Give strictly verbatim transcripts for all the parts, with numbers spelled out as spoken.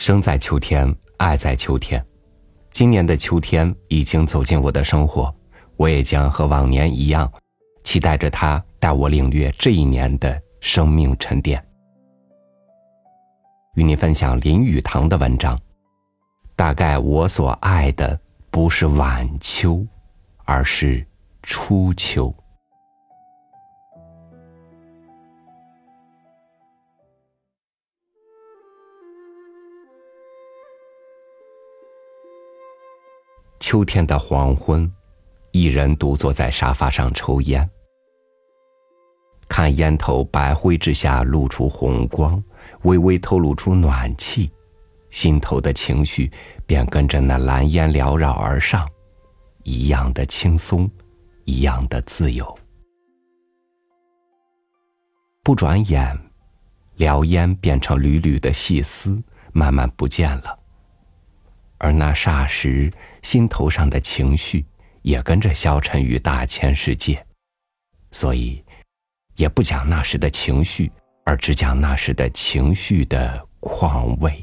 生在秋天，爱在秋天。今年的秋天已经走进我的生活，我也将和往年一样，期待着它带我领略这一年的生命沉淀。与你分享林语堂的文章，大概我所爱的不是晚秋，而是初秋。秋天的黄昏，一人独坐在沙发上抽烟，看烟头白灰之下露出红光，微微透露出暖气，心头的情绪便跟着那蓝烟缭绕而上，一样的轻松，一样的自由。不转眼，燎烟变成缕缕的细丝，慢慢不见了，而那霎时心头上的情绪也跟着消沉于大千世界，所以也不讲那时的情绪，而只讲那时的情绪的况味。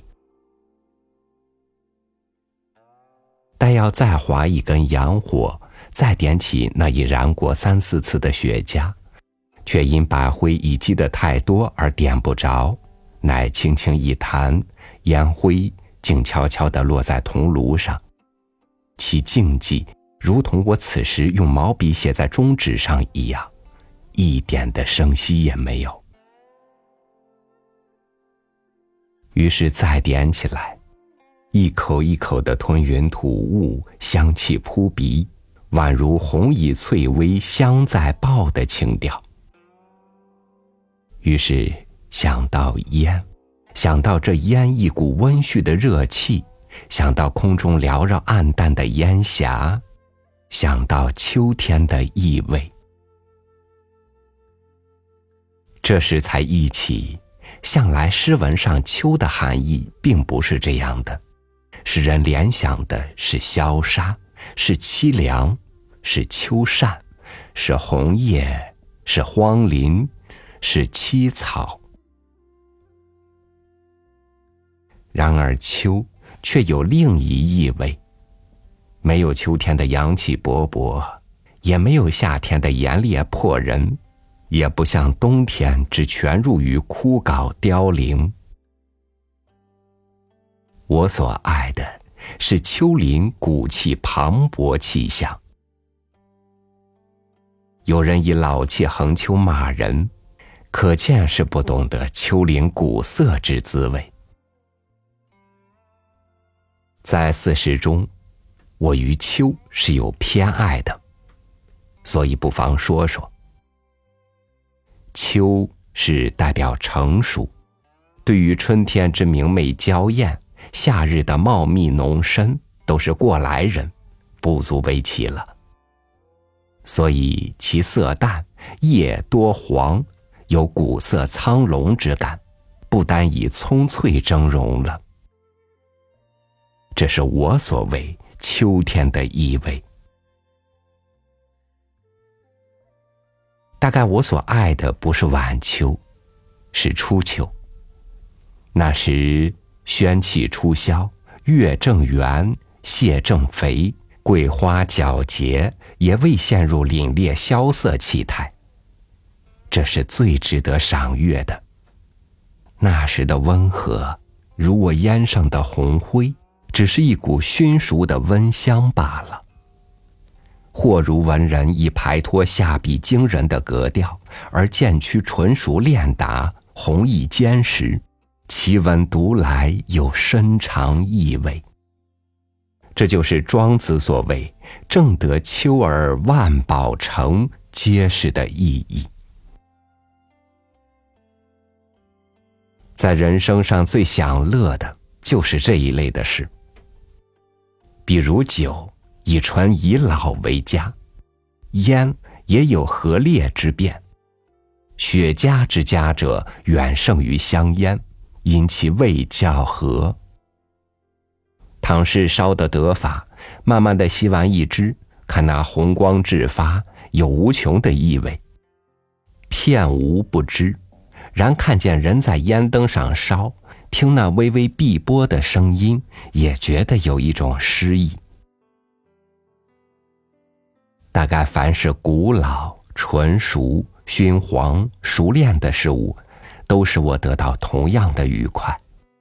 但要再划一根洋火，再点起那已燃过三四次的雪茄，却因白灰已积得太多而点不着，乃轻轻一弹，烟灰静悄悄地落在铜炉上，其静寂如同我此时用毛笔写在中纸上一样，一点的声息也没有。于是再点起来，一口一口的吞云吐雾，香气扑鼻，宛如红以翠微，香在爆的情调。于是想到烟，想到这烟一股温煦的热气，想到空中缭绕暗淡的烟霞，想到秋天的意味。这时才忆起，向来诗文上秋的含义并不是这样的，使人联想的是萧杀，是凄凉，是秋扇，是红叶，是荒林，是凄草。然而秋却有另一意味，没有秋天的阳气勃勃，也没有夏天的炎烈迫人，也不像冬天只全入于枯槁凋零。我所爱的是秋林古气磅礴气象。有人以老气横秋骂人，可见是不懂得秋林古色之滋味。在四时中，我于秋是有偏爱的，所以不妨说说。秋是代表成熟，对于春天之明媚娇艳，夏日的茂密浓深，都是过来人，不足为奇了。所以其色淡，叶多黄，有古色苍龙之感，不单以葱翠峥嵘了。这是我所谓秋天的意味。大概我所爱的不是晚秋，是初秋。那时宣气初消，月正圆，蟹正肥，桂花皎洁，也未陷入凛冽萧瑟气态。这是最值得赏月的。那时的温和，如我烟上的红灰，只是一股熏熟的温香罢了。或如文人以排脱下笔惊人的格调，而渐趋纯熟练达，弘毅坚实，其文读来有深长意味。这就是庄子所谓正得秋而万宝成揭示的意义。在人生上最享乐的就是这一类的事，比如酒以醇以老为佳，烟也有和烈之变，雪茄之佳者远胜于香烟，因其味较和。倘是烧得得法，慢慢地吸完一支，看那红光炙发，有无穷的意味。片无不知，然看见人在烟灯上烧， 听那微微碧波的声音，也觉得有一种诗意。大概凡是古老、纯熟、熏黄、熟练的事物，都使我得到同样的愉快。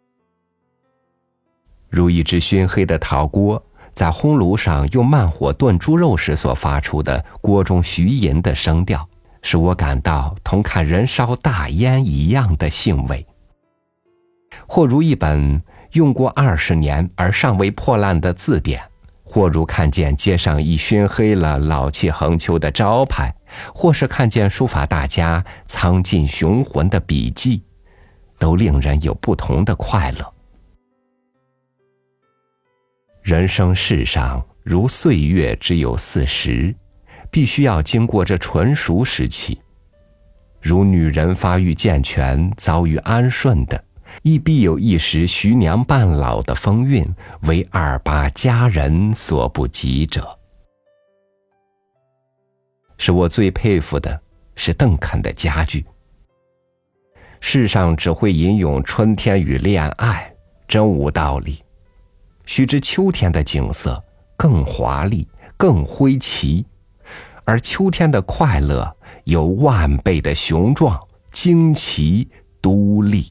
如一只熏黑的陶锅，在烘炉上用慢火炖猪肉时所发出的锅中徐吟的声调，使我感到同看人烧大烟一样的兴味。或如一本用过二十年而尚未破烂的字典，或如看见街上已熏黑了老气横秋的招牌，或是看见书法大家苍劲雄浑的笔记，都令人有不同的快乐。人生世上如岁月只有四十，必须要经过这纯熟时期。如女人发育健全、遭遇安顺的，亦必有一时徐娘半老的风韵，为二八佳人所不及者。使我最佩服的是邓肯的佳句：世上只会吟咏春天与恋爱，真无道理。须知秋天的景色更华丽、更辉奇，而秋天的快乐有万倍的雄壮、惊奇、独立。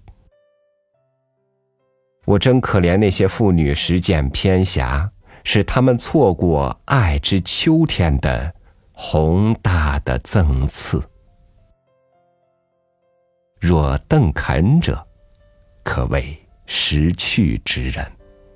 我真可怜那些妇女实践偏狭，使她们错过爱之秋天的宏大的赠赐。若邓肯者，可谓识趣之人。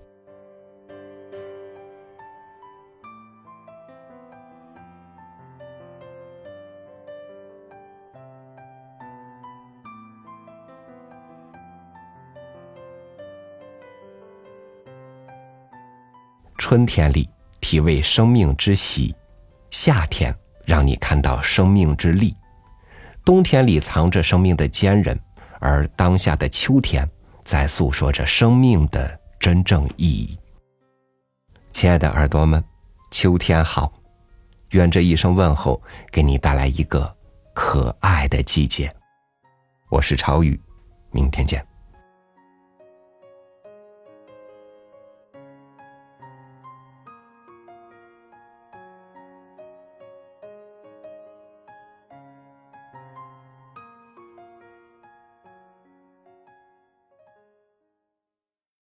春天里体味生命之喜，夏天让你看到生命之力，冬天里藏着生命的坚韧，而当下的秋天在诉说着生命的真正意义。亲爱的耳朵们，秋天好，愿这一声问候给你带来一个可爱的季节。我是朝雨，明天见。